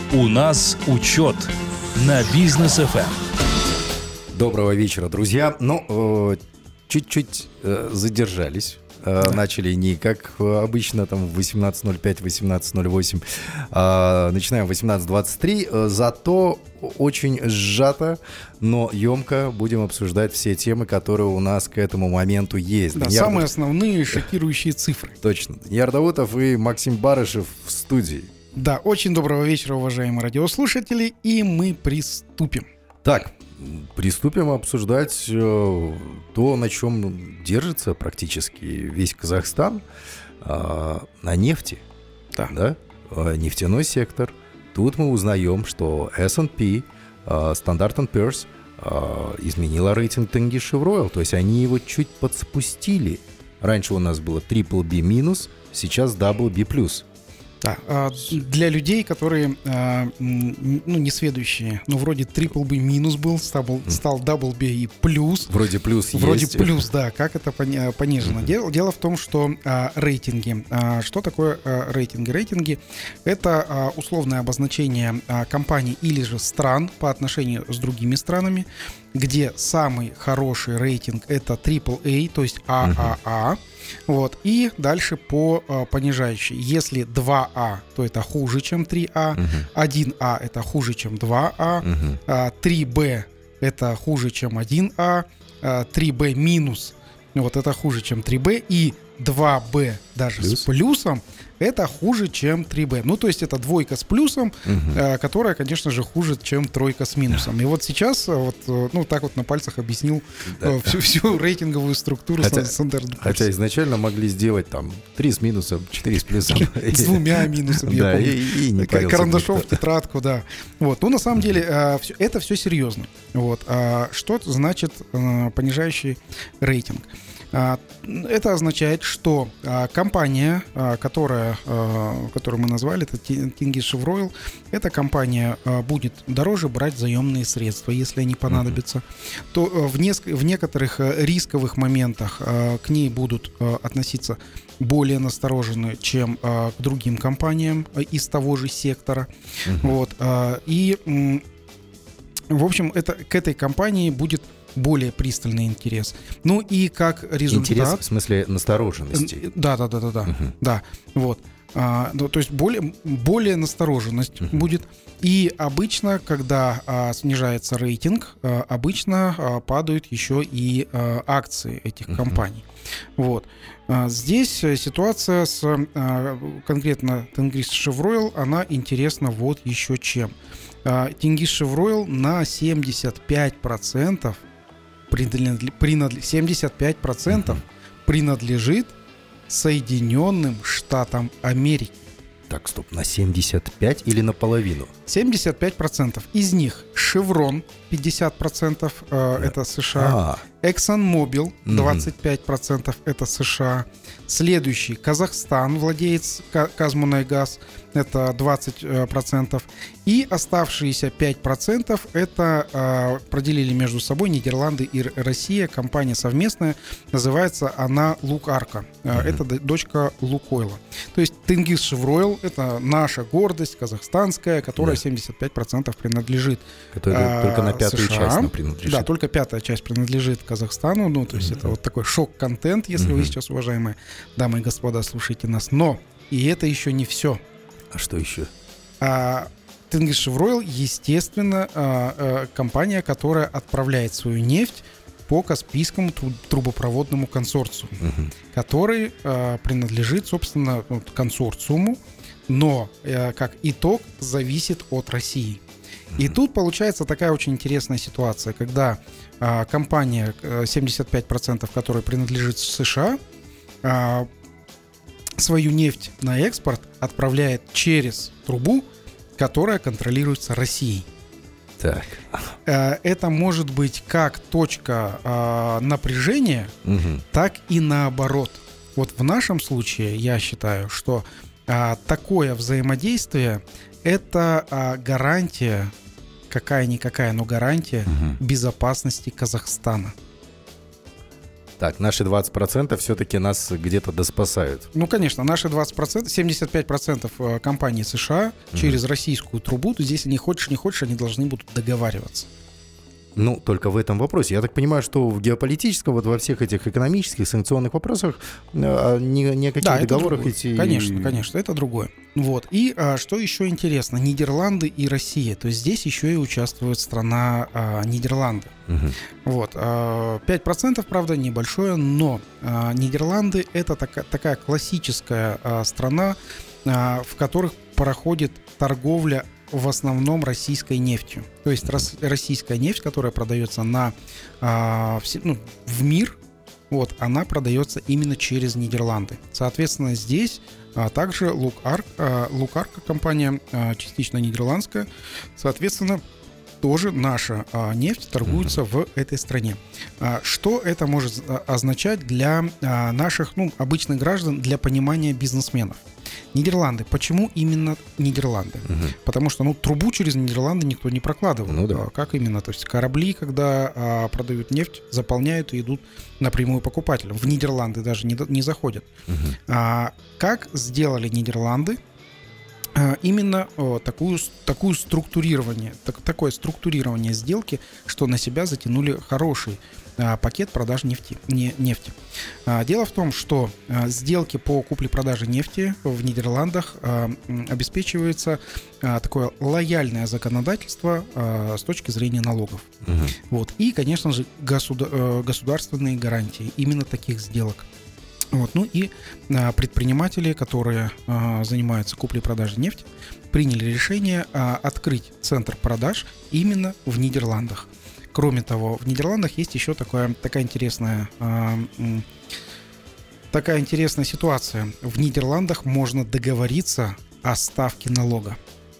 У нас учет на Бизнес ФМ. Доброго вечера, друзья. Чуть-чуть задержались. Начали не как обычно, там в 18:05, 18:08. Начинаем в 18:23. Зато очень сжато, но емко будем обсуждать все темы, которые у нас к этому моменту есть. Да, самые основные шокирующие цифры. Точно. Даниил Даутов и Максим Барышев в студии. Да, очень доброго вечера, уважаемые радиослушатели, и мы приступим. Так, приступим обсуждать то, на чем держится практически весь Казахстан, на нефти. Да? Нефтяной сектор. Тут мы узнаем, что S&P, Standard & Poor's изменила рейтинг Tengizchevroil, то есть они его чуть подспустили. Раньше у нас было BBB-, сейчас BB+. Да, для людей, которые не сведущие, вроде BBB- был, стал BB и плюс. Вроде плюс есть. Вроде плюс, да, как это понижено. Дело в том, что рейтинги. Что такое рейтинги? Рейтинги — это условное обозначение компаний или же стран по отношению с другими странами, где самый хороший рейтинг — это AAA, то есть ААА. Вот. И дальше по понижающей. Если 2А, то это хуже, чем 3А. 1А — это хуже, чем 2А. 3Б — это хуже, чем 1А. 3Б-, вот это хуже, чем 3Б. И 2Б даже с плюсом — это хуже, чем 3Б. То есть это двойка с плюсом, которая, конечно же, хуже, чем тройка с минусом. И вот сейчас, так вот на пальцах объяснил всю рейтинговую структуру Standard & Poor's. Хотя изначально могли сделать там 3 с минусом, 4 с плюсом. С 2 минусами, я помню. Карандашом в тетрадку, да. На самом деле, это все серьезно. Что значит понижающий рейтинг? Это означает, что компания, которую мы назвали, это Tengizchevroil, эта компания будет дороже брать заемные средства, если они понадобятся. То в некоторых рисковых моментах к ней будут относиться более настороженно, чем к другим компаниям из того же сектора. И, в общем, к этой компании будет более пристальный интерес. И как результат... Интерес в смысле настороженности. Да. Да. То есть более настороженность будет. И обычно, когда снижается рейтинг, обычно падают еще и акции этих компаний. Здесь ситуация с конкретно Tengizchevroil, она интересна вот еще чем. Tengizchevroil на 75% принадлежит Соединенным Штатам Америки. Так, стоп, на 75 или наполовину? 75%. Из них Chevron 50% это США. ExxonMobil 25% это США. Следующий Казахстан, владелец Казмунайгаз, это 20%. И оставшиеся 5% это проделили между собой Нидерланды и Россия. Компания совместная, называется она Лукарка. Это дочка Лукойла. То есть Tengizchevroil — это наша гордость казахстанская, которая 75% принадлежит которая только на пятую США. часть принадлежит. Да, только пятая часть принадлежит Казахстану. То есть это вот такой шок-контент, если вы сейчас, уважаемые дамы и господа, слушаете нас. Но и это еще не все. А что еще? Tengizchevroil, естественно, компания, которая отправляет свою нефть по Каспийскому трубопроводному консорциуму, который принадлежит, собственно, консорциуму, но как итог зависит от России. И тут получается такая очень интересная ситуация, когда компания, 75%, которая принадлежит США, свою нефть на экспорт отправляет через трубу, которая контролируется Россией. Так. Это может быть как точка напряжения, так и наоборот. Вот в нашем случае я считаю, что такое взаимодействие — это гарантия, какая-никакая, но гарантия безопасности Казахстана. Так, наши 20% все-таки нас где-то доспасают. Ну, конечно, наши 20%, 75% компаний США через российскую трубу, то здесь, не хочешь, не хочешь, они должны будут договариваться. Ну, только в этом вопросе. Я так понимаю, что в геополитическом, вот во всех этих экономических, санкционных вопросах ни о каких договорах идти... Конечно, это другое. Вот. И что еще интересно, Нидерланды и Россия. То есть здесь еще и участвует страна Нидерланды. Вот. 5%, правда, небольшое, но Нидерланды — это такая классическая страна, в которых проходит торговля в основном российской нефтью. То есть российская нефть, которая продается в мир, вот, она продается именно через Нидерланды. Соответственно, здесь также Лукарка компания, частично нидерландская, соответственно, тоже наша нефть торгуется в этой стране. Что это может означать для наших обычных граждан, для понимания бизнесменов? Нидерланды. Почему именно Нидерланды? Потому что трубу через Нидерланды никто не прокладывает. Ну, да. Как именно? То есть корабли, когда продают нефть, заполняют и идут напрямую покупателям. В Нидерланды даже не заходят. Как сделали Нидерланды именно такое структурирование сделки, что на себя затянули хороший пакет продаж нефти. Дело в том, что сделки по купле-продаже нефти в Нидерландах обеспечивается такое лояльное законодательство с точки зрения налогов. Вот. И, конечно же, государственные гарантии именно таких сделок. Вот. Ну и предприниматели, которые занимаются куплей-продажей нефти, приняли решение открыть центр продаж именно в Нидерландах. Кроме того, в Нидерландах есть еще такая интересная ситуация. В Нидерландах можно договориться о ставке налога.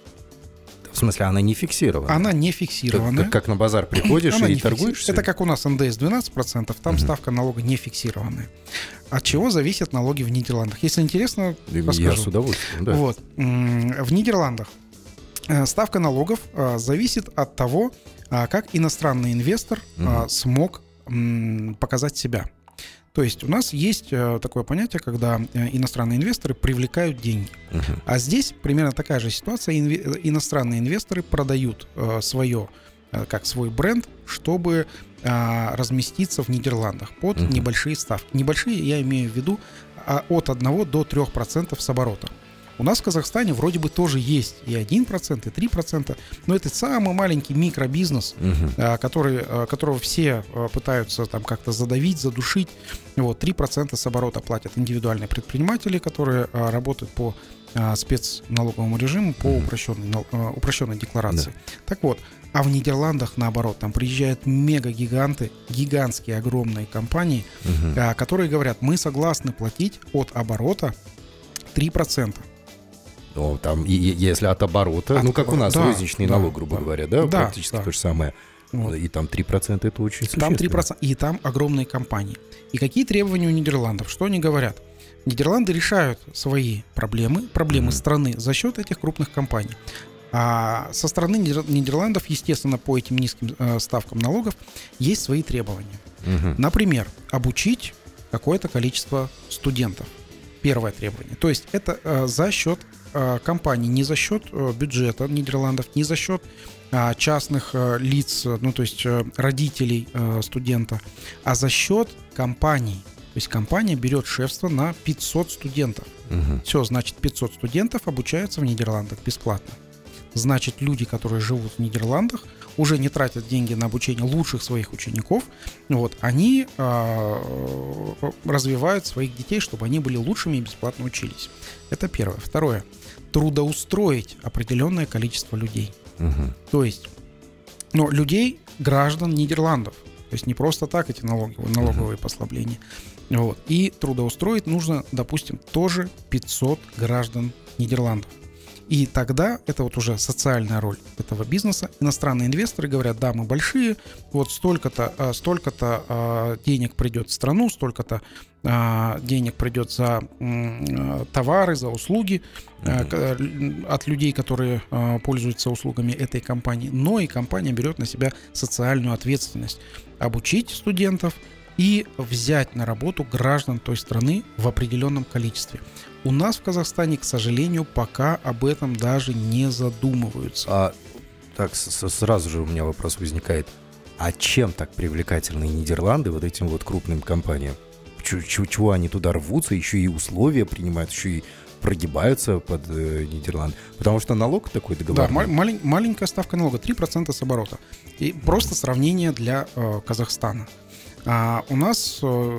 В смысле, она не фиксирована? Она не фиксирована. Как на базар приходишь и торгуешься? Это как у нас НДС 12%, там ставка налога не фиксированная. От чего зависят налоги в Нидерландах? Если интересно, расскажу. Я с удовольствием, да. Вот. В Нидерландах ставка налогов зависит от того, как иностранный инвестор смог показать себя. То есть у нас есть такое понятие, когда иностранные инвесторы привлекают деньги. А здесь примерно такая же ситуация. Иностранные инвесторы продают свой бренд, чтобы разместиться в Нидерландах под небольшие ставки. Небольшие, я имею в виду, от 1 до 3% с оборота. У нас в Казахстане вроде бы тоже есть и 1%, и 3%, но это самый маленький микробизнес, которого все пытаются там как-то задавить, задушить. Вот, 3% с оборота платят индивидуальные предприниматели, которые работают по спецналоговому режиму, по упрощенной декларации. Да. Так вот, а в Нидерландах, наоборот, там приезжают мегагиганты, гигантские огромные компании, которые говорят, мы согласны платить от оборота 3%. Ну, там, если от оборота, как у нас розничный налог, грубо говоря, практически то же самое. Вот. И там 3% это очень существенно. Там 3%, и там огромные компании. И какие требования у Нидерландов? Что они говорят? Нидерланды решают свои проблемы страны за счет этих крупных компаний. А со стороны Нидерландов, естественно, по этим низким ставкам налогов есть свои требования. Например, обучить какое-то количество студентов. Первое требование. То есть это за счет компаний, не за счет бюджета Нидерландов, не за счет частных лиц, то есть родителей студента, а за счет компаний. То есть компания берет шефство на 500 студентов. Все, значит, 500 студентов обучаются в Нидерландах бесплатно. Значит, люди, которые живут в Нидерландах, уже не тратят деньги на обучение лучших своих учеников, они развивают своих детей, чтобы они были лучшими и бесплатно учились. Это первое. Второе. Трудоустроить определенное количество людей. То есть, людей, граждан Нидерландов. То есть не просто так эти налоговые послабления. Вот. И трудоустроить нужно, допустим, тоже 500 граждан Нидерландов. И тогда это уже социальная роль этого бизнеса. Иностранные инвесторы говорят, да, мы большие, вот столько-то денег придет в страну, столько-то денег придет за товары, за услуги от людей, которые пользуются услугами этой компании. Но и компания берет на себя социальную ответственность. Обучить студентов, и взять на работу граждан той страны в определенном количестве. У нас в Казахстане, к сожалению, пока об этом даже не задумываются. Так, сразу же у меня вопрос возникает. А чем так привлекательны Нидерланды вот этим вот крупным компаниям? Чего они туда рвутся, еще и условия принимают, еще и прогибаются под Нидерланды? Потому что налог такой договорный. Да, маленькая ставка налога, 3% с оборота. И просто сравнение для Казахстана. У нас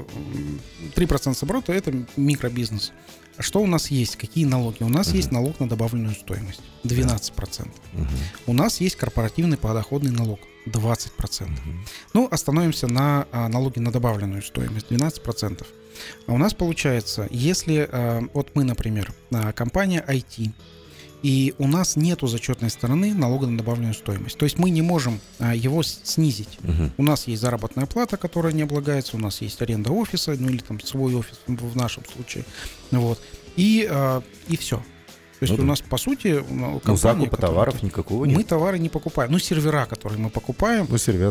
3% с оборота – это микробизнес. Что у нас есть? Какие налоги? У нас есть налог на добавленную стоимость 12%. У нас есть корпоративный подоходный налог 20%. Ну, остановимся на налоге на добавленную стоимость 12%. А у нас получается, если вот мы, например, компания IT, и у нас нету зачетной стороны налога на добавленную стоимость. То есть мы не можем его снизить. У нас есть заработная плата, которая не облагается, у нас есть аренда офиса, ну или там свой офис в нашем случае. Вот. И все. То есть у нас, по сути, компания, закупа товаров никакого нет. Мы товары не покупаем. Ну, сервера, которые мы покупаем,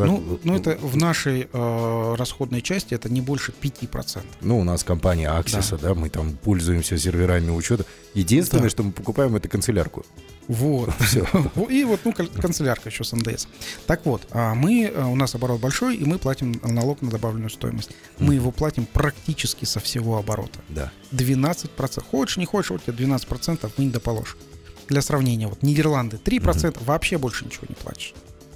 это в нашей расходной части это не больше 5%. Ну, у нас компания Axis, да, мы там пользуемся серверами учета. Единственное, что мы покупаем, это канцелярку. Вот. Все. И вот, канцелярка еще с НДС. Так вот, у нас оборот большой, и мы платим налог на добавленную стоимость. Мы его платим практически со всего оборота. Да. 12%. Хочешь, не хочешь, вот тебе 12% вынь да положь. Для сравнения, вот Нидерланды 3%, вообще больше ничего не платишь.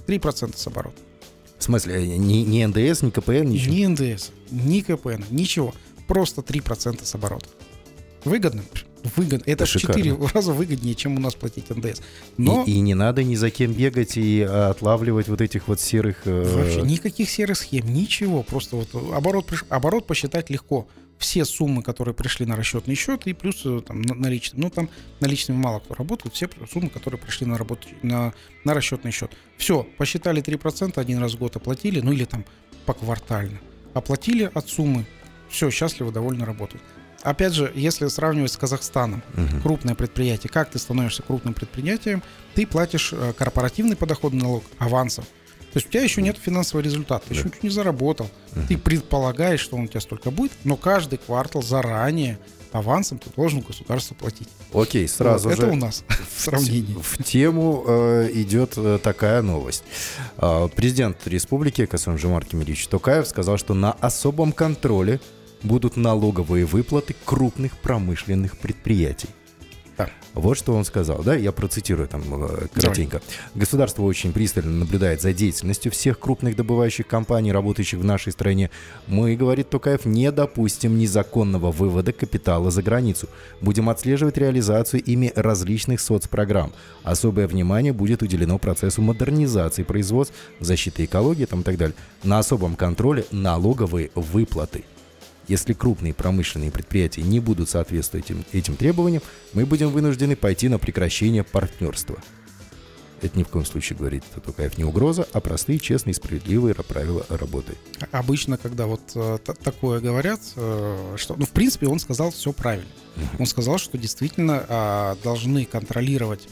3% с оборота. В смысле, ни НДС, ни КПН, ничего? Ни НДС, ни КПН, ничего. Просто 3% с оборота. Выгодно? Выгодно. Это в 4 раза выгоднее, чем у нас платить НДС. Но... И не надо ни за кем бегать и отлавливать вот этих вот серых... Вообще никаких серых схем, ничего. Просто вот оборот посчитать легко. Все суммы, которые пришли на расчетный счет, и плюс там, наличными. Ну, там наличными мало кто работает. Все суммы, которые пришли на расчетный счет. Все, посчитали 3%, один раз в год оплатили, ну или там поквартально. Оплатили от суммы. Все, счастливо, довольно работают. Опять же, если сравнивать с Казахстаном, крупное предприятие, как ты становишься крупным предприятием, ты платишь корпоративный подоходный налог авансом. То есть у тебя еще нет финансового результата, ты еще ничего не заработал. Ты предполагаешь, что он у тебя столько будет, но каждый квартал заранее авансом ты должен государству платить. Окей, сразу же. Это у нас в сравнении. В тему идет такая новость. Президент республики Касым-Жомарт Кемелевич Токаев сказал, что на особом контроле будут налоговые выплаты крупных промышленных предприятий. Да. Вот что он сказал, да, я процитирую там коротенько. Государство очень пристально наблюдает за деятельностью всех крупных добывающих компаний, работающих в нашей стране. Мы, говорит Токаев, не допустим незаконного вывода капитала за границу. Будем отслеживать реализацию ими различных соцпрограмм. Особое внимание будет уделено процессу модернизации производств, защиты экологии там, и так далее. На особом контроле налоговые выплаты. Если крупные промышленные предприятия не будут соответствовать этим требованиям, мы будем вынуждены пойти на прекращение партнерства. Это ни в коем случае, говорит Токаев, не угроза, а простые, честные, справедливые правила работы. Обычно, когда вот такое говорят, что, в принципе, он сказал все правильно. Он сказал, что действительно должны контролировать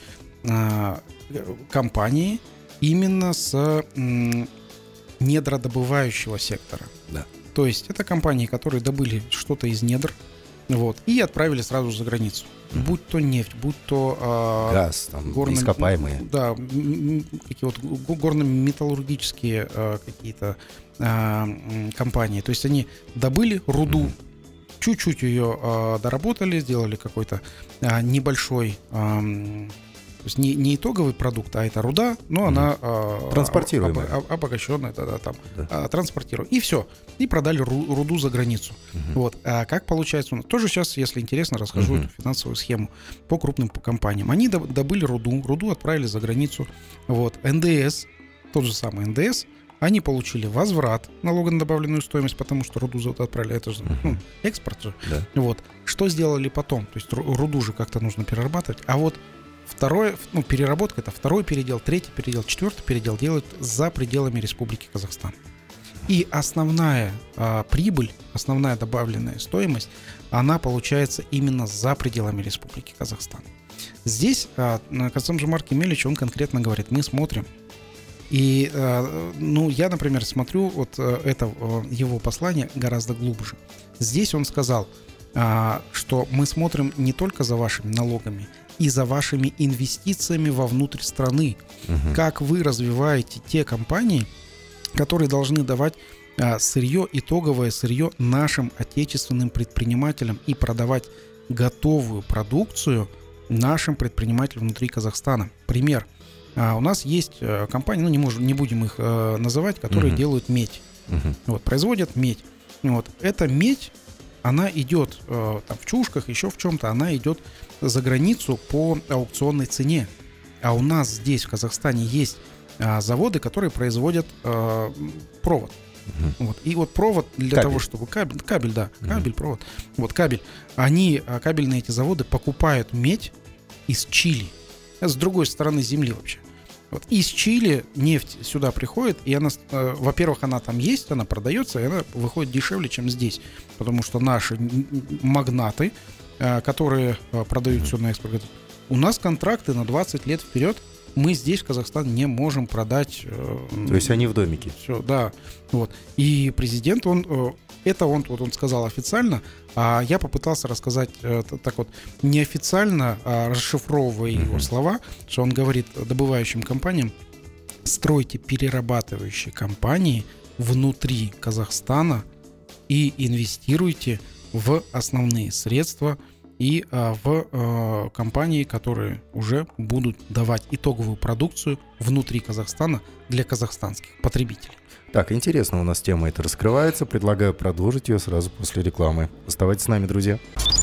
компании именно с недродобывающего сектора. Да. То есть это компании, которые добыли что-то из недр, вот, и отправили сразу за границу. Будь то нефть, будь то газ, там, ископаемые. Да, какие вот горно-металлургические какие-то компании. То есть они добыли руду, чуть-чуть ее доработали, сделали какой-то небольшой... То есть не итоговый продукт, а это руда, но она транспортируемая, обогащенная, транспортируемая. И все. И продали руду за границу. Вот. А как получается у нас? Тоже сейчас, если интересно, расскажу эту финансовую схему по крупным компаниям. Они добыли руду отправили за границу. Вот. НДС, тот же самый НДС, они получили возврат налога на добавленную стоимость, потому что руду отправили, это же экспорт же. Да. Вот. Что сделали потом? То есть руду же как-то нужно перерабатывать. А вот второе, переработка — это второй передел, третий передел, четвертый передел делают за пределами Республики Казахстан. И основная прибыль, основная добавленная стоимость, она получается именно за пределами Республики Казахстан. Здесь Касым-Жомарт Кемелевич, он конкретно говорит, мы смотрим, И, я, например, смотрю, это его послание гораздо глубже. Здесь он сказал, что мы смотрим не только за вашими налогами, и за вашими инвестициями вовнутрь страны. Как вы развиваете те компании, которые должны давать сырье, итоговое сырье нашим отечественным предпринимателям и продавать готовую продукцию нашим предпринимателям внутри Казахстана. Пример. У нас есть компании, не будем их называть, которые делают медь. Производят медь. Эта медь, она идет в чушках, еще в чем-то, она идет за границу по аукционной цене. А у нас здесь, в Казахстане, есть заводы, которые производят провод. И провод для того, чтобы кабель, провод. Кабель. Кабельные эти заводы покупают медь из Чили. С другой стороны земли вообще. Из Чили нефть сюда приходит, и она, во-первых, она там есть, она продается, и она выходит дешевле, чем здесь. Потому что наши магнаты, которые продают все на экспорт, у нас контракты на 20 лет вперед, мы здесь, в Казахстане, не можем продать. То есть они в домике. Все, да. И президент, он сказал официально, а я попытался рассказать неофициально, расшифровывая его слова, что он говорит добывающим компаниям: стройте перерабатывающие компании внутри Казахстана и инвестируйте в основные средства и в компании, которые уже будут давать итоговую продукцию внутри Казахстана для казахстанских потребителей. Так, интересно, у нас тема эта раскрывается. Предлагаю продолжить ее сразу после рекламы. Оставайтесь с нами, друзья.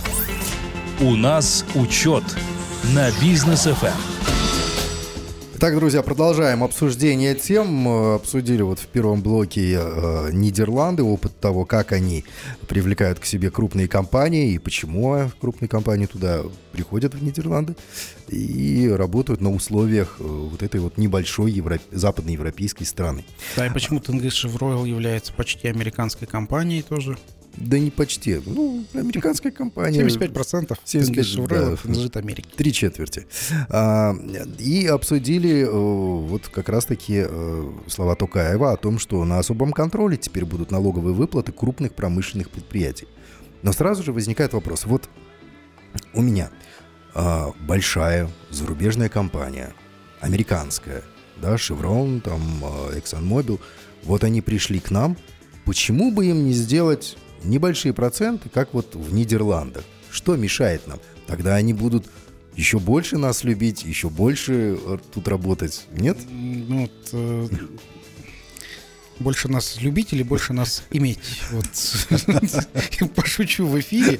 У нас учет на Бизнес FM. Так, друзья, продолжаем обсуждение тем. Обсудили в первом блоке Нидерланды, опыт того, как они привлекают к себе крупные компании и почему крупные компании туда приходят, в Нидерланды, и работают на условиях этой небольшой западноевропейской страны. Да, и почему Тенгиз Royal является почти американской компанией тоже? Да не почти. Американская компания. 75% Тенгиз Royal принадлежит Америке. 3/4. И обсудили как раз-таки слова Токаева о том, что на особом контроле теперь будут налоговые выплаты крупных промышленных предприятий. Но сразу же возникает вопрос. У меня большая зарубежная компания, американская, да, Chevron, ExxonMobil, они пришли к нам, почему бы им не сделать небольшие проценты, как в Нидерландах? Что мешает нам? Тогда они будут еще больше нас любить, еще больше тут работать, нет? Больше нас любить или больше нас иметь? Пошучу в эфире.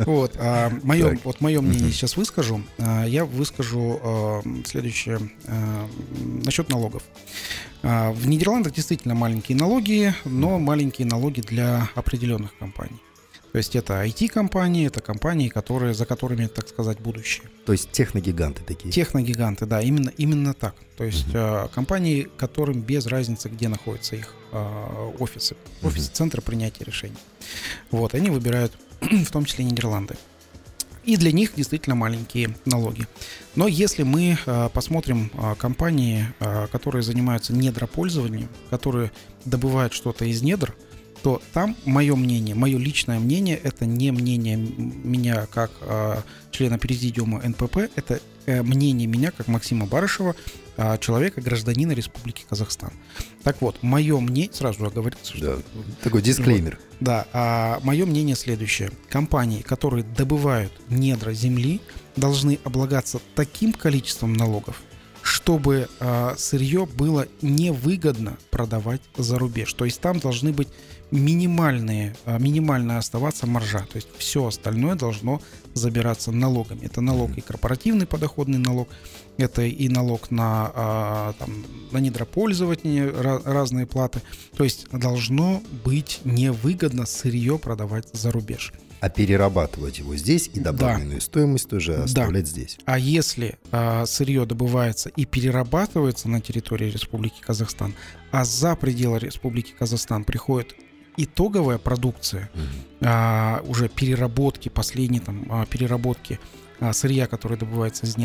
Мое мнение сейчас выскажу. Я выскажу следующее насчет налогов. В Нидерландах действительно маленькие налоги, но маленькие налоги для определенных компаний. То есть это IT-компании, это компании, за которыми, так сказать, будущее. То есть техногиганты такие? Техногиганты, да, именно так. То есть компании, которым без разницы, где находятся их офисы, центры принятия решений. Они выбирают в том числе Нидерланды. И для них действительно маленькие налоги. Но если мы посмотрим компании, которые занимаются недропользованием, которые добывают что-то из недр, то там мое личное мнение, это не мнение меня как члена президиума НПП, это мнение меня как Максима Барышева, человека, гражданина Республики Казахстан. Так мое мнение, сразу оговориться, что... Да, такой дисклеймер. Мое мнение следующее. Компании, которые добывают недра земли, должны облагаться таким количеством налогов, чтобы сырье было невыгодно продавать за рубеж. То есть там должны быть минимальная оставаться маржа. То есть все остальное должно забираться налогами. Это налог и корпоративный подоходный налог, это и налог на недропользование, разные платы. То есть должно быть невыгодно сырье продавать за рубеж. А перерабатывать его здесь и добавленную стоимость тоже оставлять здесь. А если сырье добывается и перерабатывается на территории Республики Казахстан, а за пределы Республики Казахстан приходит итоговая продукция, уже переработки, переработки сырья, которое добывается из недр,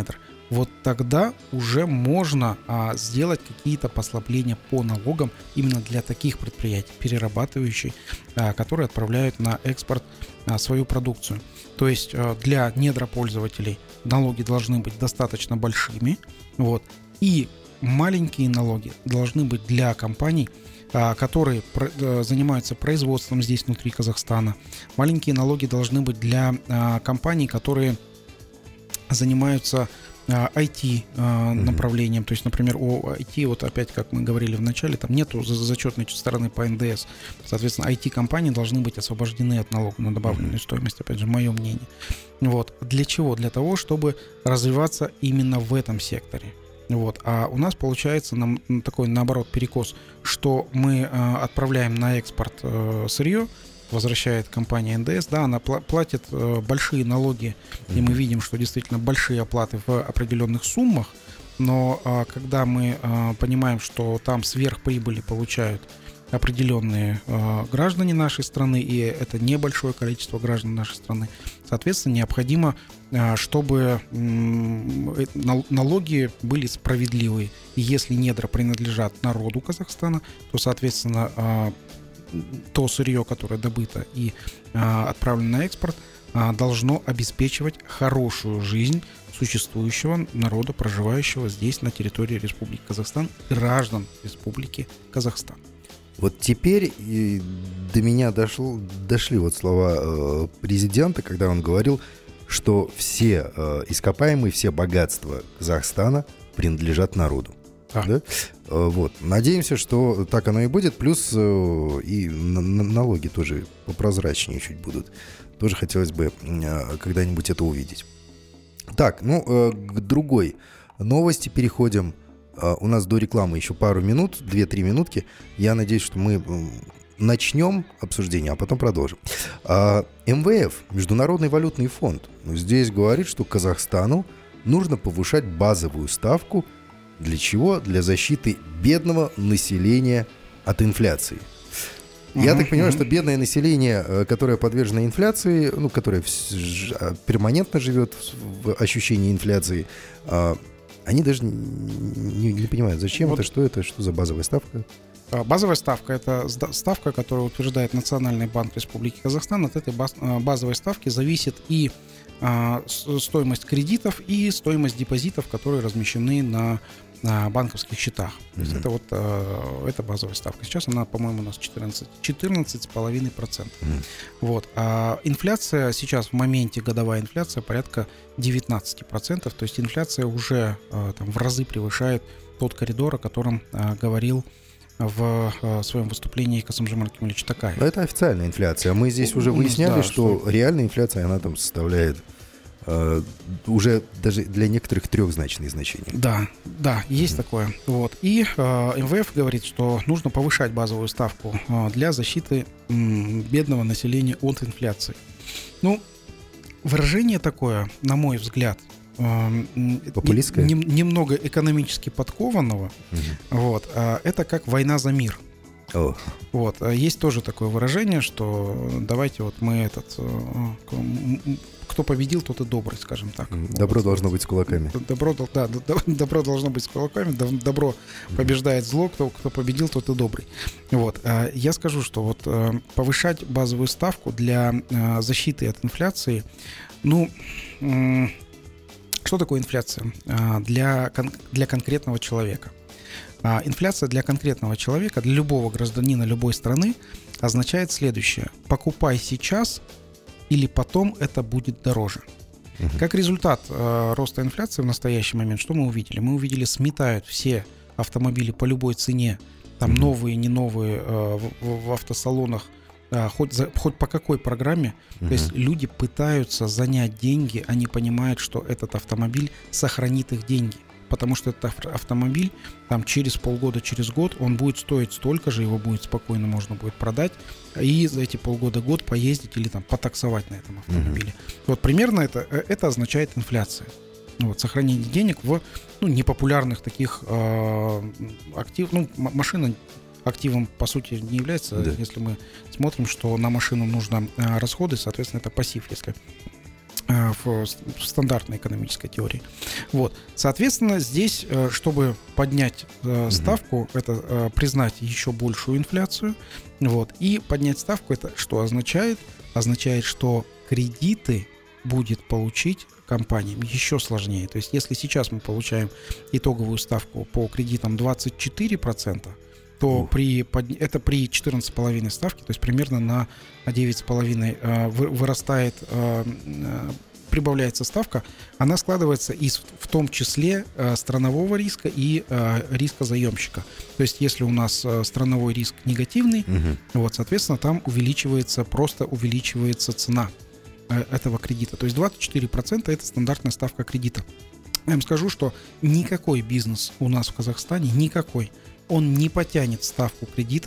вот тогда уже можно сделать какие-то послабления по налогам именно для таких предприятий, перерабатывающих, которые отправляют на экспорт свою продукцию. То есть для недропользователей налоги должны быть достаточно большими, вот, и маленькие налоги должны быть для компаний, которые занимаются производством здесь внутри Казахстана. Маленькие налоги должны быть для компаний, которые занимаются IT-направлением. То есть, например, о IT, вот опять, как мы говорили в начале, там нету зачетной стороны по НДС. Соответственно, IT-компании должны быть освобождены от налога на добавленную стоимость, опять же, мое мнение. Вот. Для чего? Для того, чтобы развиваться именно в этом секторе. Вот. А у нас получается такой, наоборот, перекос, что мы отправляем на экспорт сырье, возвращает компания НДС, да, она платит большие налоги, и мы видим, что действительно большие оплаты в определенных суммах, но когда мы понимаем, что там сверхприбыли получают определенные граждане нашей страны, и это небольшое количество граждан нашей страны, соответственно, необходимо, чтобы налоги были справедливые. И если недра принадлежат народу Казахстана, то, соответственно, то сырье, которое добыто и отправлено на экспорт, должно обеспечивать хорошую жизнь существующего народа, проживающего здесь, на территории Республики Казахстан, граждан Республики Казахстан. Вот теперь до меня дошли вот слова президента, когда он говорил, что все ископаемые, все богатства Казахстана принадлежат народу. Да? Вот. Надеемся, что так оно и будет. Плюс и налоги тоже попрозрачнее чуть будут. Тоже хотелось бы когда-нибудь это увидеть. Так, к другой новости переходим. У нас до рекламы еще пару минут, 2-3 минутки. Я надеюсь, что мы начнем обсуждение, а потом продолжим. МВФ, Международный валютный фонд, здесь говорит, что Казахстану нужно повышать базовую ставку. Для чего? Для защиты бедного населения от инфляции. Я так понимаю, что бедное население, которое подвержено инфляции, которое перманентно живет в ощущении инфляции, они даже не понимают, зачем это, что за базовая ставка. Базовая ставка – это ставка, которую утверждает Национальный банк Республики Казахстан. От этой базовой ставки зависит и стоимость кредитов, и стоимость депозитов, которые размещены на банковских счетах. То есть это базовая ставка. Сейчас она, по-моему, у нас 14,5%. Вот. А инфляция сейчас, в моменте годовая инфляция порядка 19%. То есть инфляция уже в разы превышает тот коридор, о котором говорил в своем выступлении Касым-Жомарт Кемелевич Токаев. Это официальная инфляция. Мы здесь уже выясняли, что реальная инфляция, она там составляет уже даже для некоторых трехзначные значения. Да, есть такое. Вот. И МВФ говорит, что нужно повышать базовую ставку для защиты бедного населения от инфляции. Выражение такое, на мой взгляд, популистское? Немного экономически подкованного. Вот. Это как война за мир. Вот. Есть тоже такое выражение, что давайте вот мы кто победил, тот и добрый, скажем так. Добро должно быть с кулаками. Добро должно быть с кулаками. Добро побеждает зло. Кто победил, тот и добрый. Вот. Я скажу, что вот повышать базовую ставку для защиты от инфляции, что такое инфляция для конкретного человека? Инфляция для конкретного человека, для любого гражданина любой страны означает следующее. Покупай сейчас, или потом это будет дороже. Как результат роста инфляции в настоящий момент, что мы увидели? Мы увидели, сметают все автомобили по любой цене, там новые, не новые, в автосалонах, хоть по какой программе. То есть люди пытаются занять деньги, они понимают, что этот автомобиль сохранит их деньги. Потому что этот автомобиль там через полгода, через год он будет стоить столько же, его будет спокойно можно будет продать и за эти полгода-год поездить или там потаксовать на этом автомобиле. Вот примерно это означает инфляция. Вот, сохранение денег в непопулярных таких активах. Машина активом, по сути, не является, если мы смотрим, что на машину нужно расходы, соответственно, это пассив, если в стандартной экономической теории. Вот. Соответственно, здесь, чтобы поднять ставку, это признать еще большую инфляцию. Вот. И поднять ставку, это что означает? Означает, что кредиты будет получить компаниям еще сложнее. То есть, если сейчас мы получаем итоговую ставку по кредитам 24%, то это при 14,5 ставки, то есть примерно на 9,5 вырастает, прибавляется ставка, она складывается из в том числе странового риска и риска заемщика. То есть если у нас страновой риск негативный, вот, соответственно, там увеличивается цена этого кредита. То есть 24% это стандартная ставка кредита. Я вам скажу, что никакой бизнес у нас в Казахстане, никакой, он не потянет ставку кредита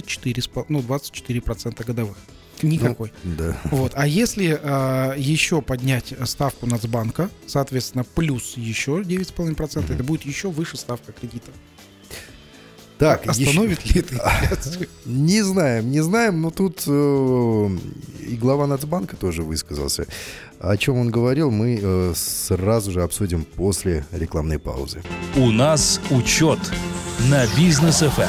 24% годовых. Никакой. Ну, да. Вот. А если еще поднять ставку Нацбанка, соответственно, плюс еще 9,5%, это будет еще выше ставка кредита. Так, остановит ли это инфляцию? Не знаем, но тут и глава Нацбанка тоже высказался. О чем он говорил, мы сразу же обсудим после рекламной паузы. У нас учет на Бизнес-ФМ.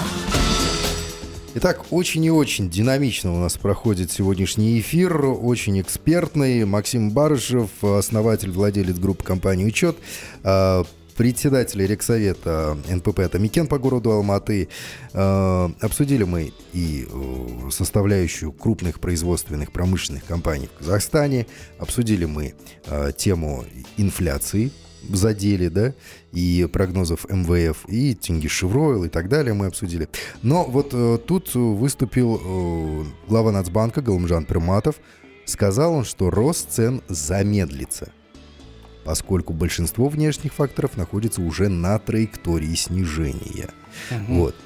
Итак, очень и очень динамично у нас проходит сегодняшний эфир, очень экспертный. Максим Барышев, основатель, владелец группы компании «Учет», председатель Рексовета НПП «Атамикен» по городу Алматы. Обсудили мы и составляющую крупных производственных промышленных компаний в Казахстане. Обсудили мы тему инфляции, задели, да, и прогнозов МВФ, и Тингишевройл, и так далее мы обсудили. Но вот тут выступил глава Нацбанка Галымжан Пирматов. Сказал он, что рост цен замедлится, поскольку большинство внешних факторов находится уже на траектории снижения. Вот.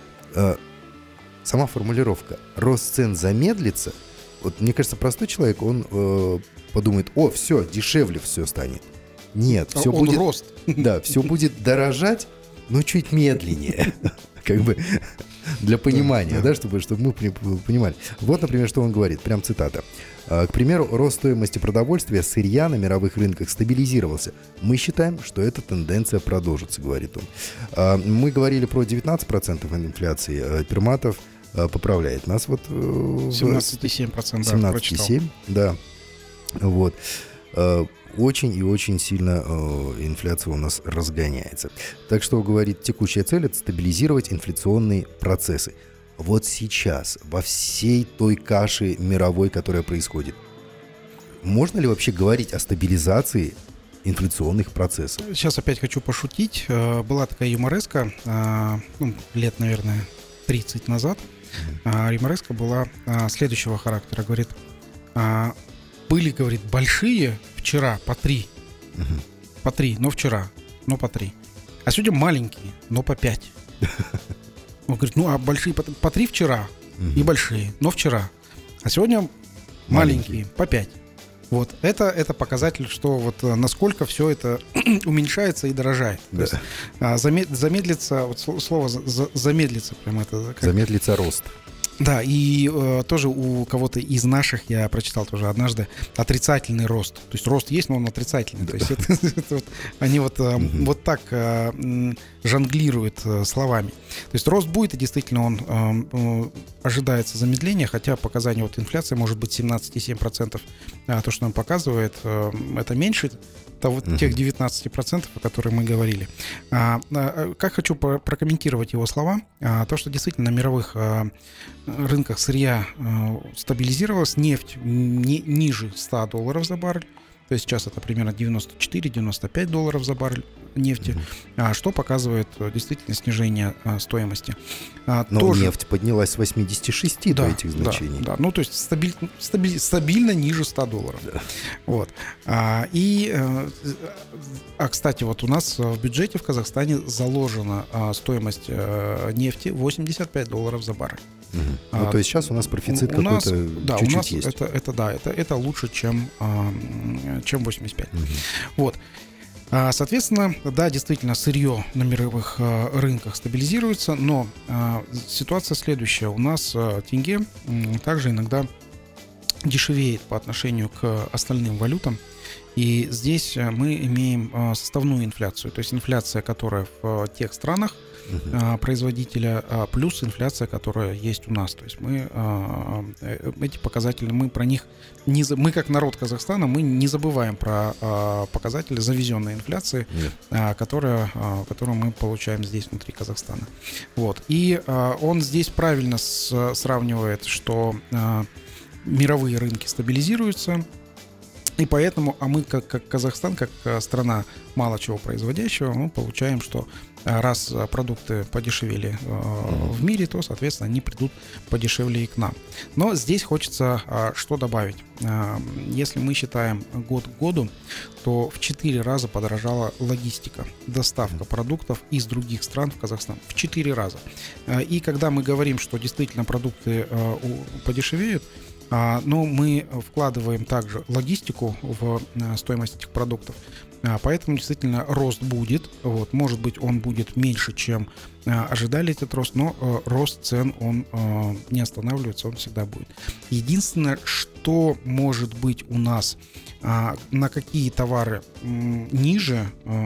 Сама формулировка «рост цен замедлится», вот мне кажется, простой человек, он подумает: о, все, дешевле все станет. Нет, все будет рост. Да, все будет дорожать, но чуть медленнее. Как бы для понимания, да, чтобы мы понимали. Вот, например, что он говорит, прям цитата. К примеру, рост стоимости продовольствия, сырья на мировых рынках стабилизировался. Мы считаем, что эта тенденция продолжится, говорит он. Мы говорили про 19% инфляции. Пирматов поправляет нас. Вот 17,7%. 17,7%, да. Вот. Очень и очень сильно инфляция у нас разгоняется. Так что, говорит, текущая цель — это стабилизировать инфляционные процессы. Вот сейчас, во всей той каше мировой, которая происходит, можно ли вообще говорить о стабилизации инфляционных процессов? Сейчас опять хочу пошутить. Была такая юмореска, лет, наверное, 30 назад. Юмореска была следующего характера. Говорит, были, говорит, большие вчера по 3. По 3, но вчера, но по 3. А сегодня маленькие, но по 5. Он говорит, а большие по 3 вчера и большие, но вчера. А сегодня маленькие по 5. Вот это показатель, что вот насколько все это уменьшается и дорожает. Да. То есть замедлится, вот слово замедлится прям это. Замедлится рост. Да, и тоже у кого-то из наших, я прочитал тоже однажды, отрицательный рост. То есть рост есть, но он отрицательный. Да. То есть они вот так жонглируют словами. То есть рост будет, и действительно он ожидается замедление, хотя показание вот инфляции может быть 17,7%. То, что нам показывает, это меньше тех 19%, о которых мы говорили. Как хочу прокомментировать его слова. То, что действительно на мировых рынках сырья стабилизировалась, нефть ниже $100 за баррель. То есть сейчас это примерно $94-95 за баррель нефти, что показывает действительно снижение стоимости. Но тоже нефть поднялась с 86 до этих значений. Да, ну то есть стабильно ниже $100. Да. Вот. Кстати, вот у нас в бюджете в Казахстане заложена стоимость нефти $85 за баррель. Ну, то есть сейчас у нас профицит какой-то чуть-чуть есть. Это лучше, чем 85. Вот. Соответственно, да, действительно, сырье на мировых рынках стабилизируется, но ситуация следующая. У нас тенге также иногда дешевеет по отношению к остальным валютам. И здесь мы имеем составную инфляцию, то есть инфляция, которая в тех странах производителя, плюс инфляция, которая есть у нас. То есть мы эти показатели, мы про них, мы как народ Казахстана, мы не забываем про показатели завезенной инфляции, которую мы получаем здесь внутри Казахстана. Вот. И он здесь правильно сравнивает, что мировые рынки стабилизируются. И поэтому, мы как Казахстан, как страна мало чего производящего, мы получаем, что раз продукты подешевели в мире, то, соответственно, они придут подешевле и к нам. Но здесь хочется что добавить. Если мы считаем год к году, то в 4 раза подорожала логистика, доставка продуктов из других стран в Казахстан. В 4 раза. И когда мы говорим, что действительно продукты подешевеют, но мы вкладываем также логистику в стоимость этих продуктов. Поэтому действительно рост будет. Вот, может быть, он будет меньше, чем ожидали этот рост, но рост цен, он не останавливается, он всегда будет. Единственное, что может быть у нас, на какие товары ниже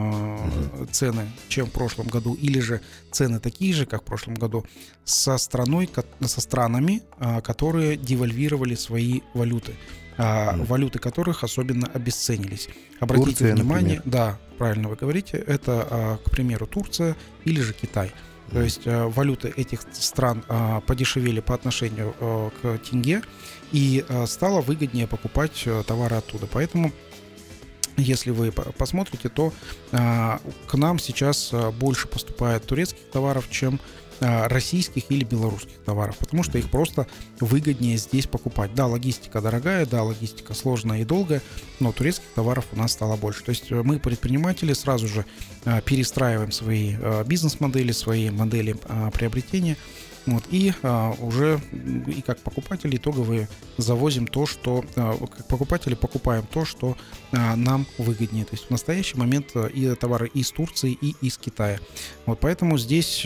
цены, чем в прошлом году, или же цены такие же, как в прошлом году, со странами, которые девальвировали свои валюты. Валюты которых особенно обесценились. Обратите Турция, внимание, например. да, правильно вы говорите, это, к примеру, Турция или же Китай. То есть валюты этих стран подешевели по отношению к тенге, и стало выгоднее покупать товары оттуда. Поэтому, если вы посмотрите, то к нам сейчас больше поступает турецких товаров, чем российских или белорусских товаров, потому что их просто выгоднее здесь покупать. Да, логистика дорогая, да, логистика сложная и долгая, но турецких товаров у нас стало больше. То есть мы, предприниматели, сразу же перестраиваем свои бизнес-модели, свои модели приобретения. Вот, и уже и как покупатели итоговые завозим то, что как покупатели покупаем то, что нам выгоднее. То есть в настоящий момент и товары из Турции, и из Китая. Вот поэтому здесь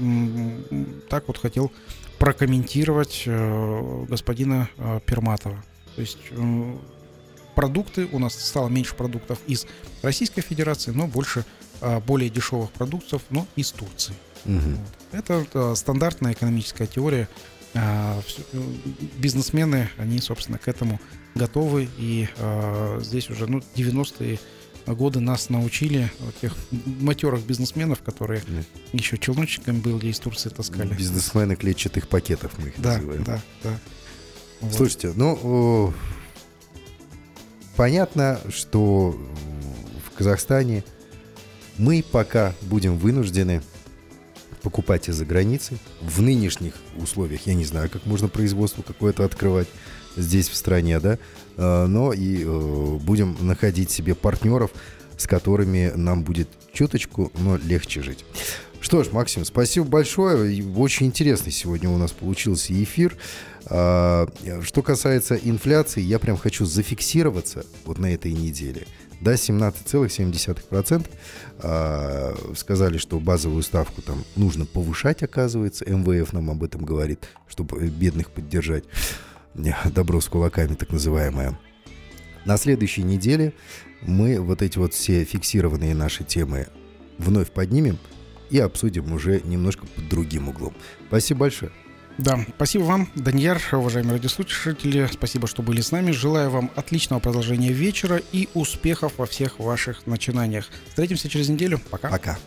так вот хотел прокомментировать господина Перматова. То есть продукты, у нас стало меньше продуктов из Российской Федерации, но больше более дешевых продуктов, но из Турции. Это стандартная экономическая теория. Бизнесмены, они, собственно, к этому готовы. И здесь уже 90-е годы нас научили, тех матерых бизнесменов, которые еще челночниками были, из Турции таскали. Бизнесмены клетчатых пакетов мы их называем. Да. Вот. Слушайте, понятно, что в Казахстане мы пока будем вынуждены покупать из-за границы. В нынешних условиях, я не знаю, как можно производство какое-то открывать здесь, в стране, да, но и будем находить себе партнеров, с которыми нам будет чуточку, но легче жить. Что ж, Максим, спасибо большое. Очень интересный сегодня у нас получился эфир. Что касается инфляции, я прям хочу зафиксироваться вот на этой неделе. Да, 17,7%. Сказали, что базовую ставку там нужно повышать, оказывается. МВФ нам об этом говорит, чтобы бедных поддержать. Добро с кулаками, так называемое. На следующей неделе мы вот эти вот все фиксированные наши темы вновь поднимем и обсудим уже немножко под другим углом. Спасибо большое. Да, спасибо вам, Данияр, уважаемые радиослушатели. Спасибо, что были с нами. Желаю вам отличного продолжения вечера и успехов во всех ваших начинаниях. Встретимся через неделю. Пока. Пока.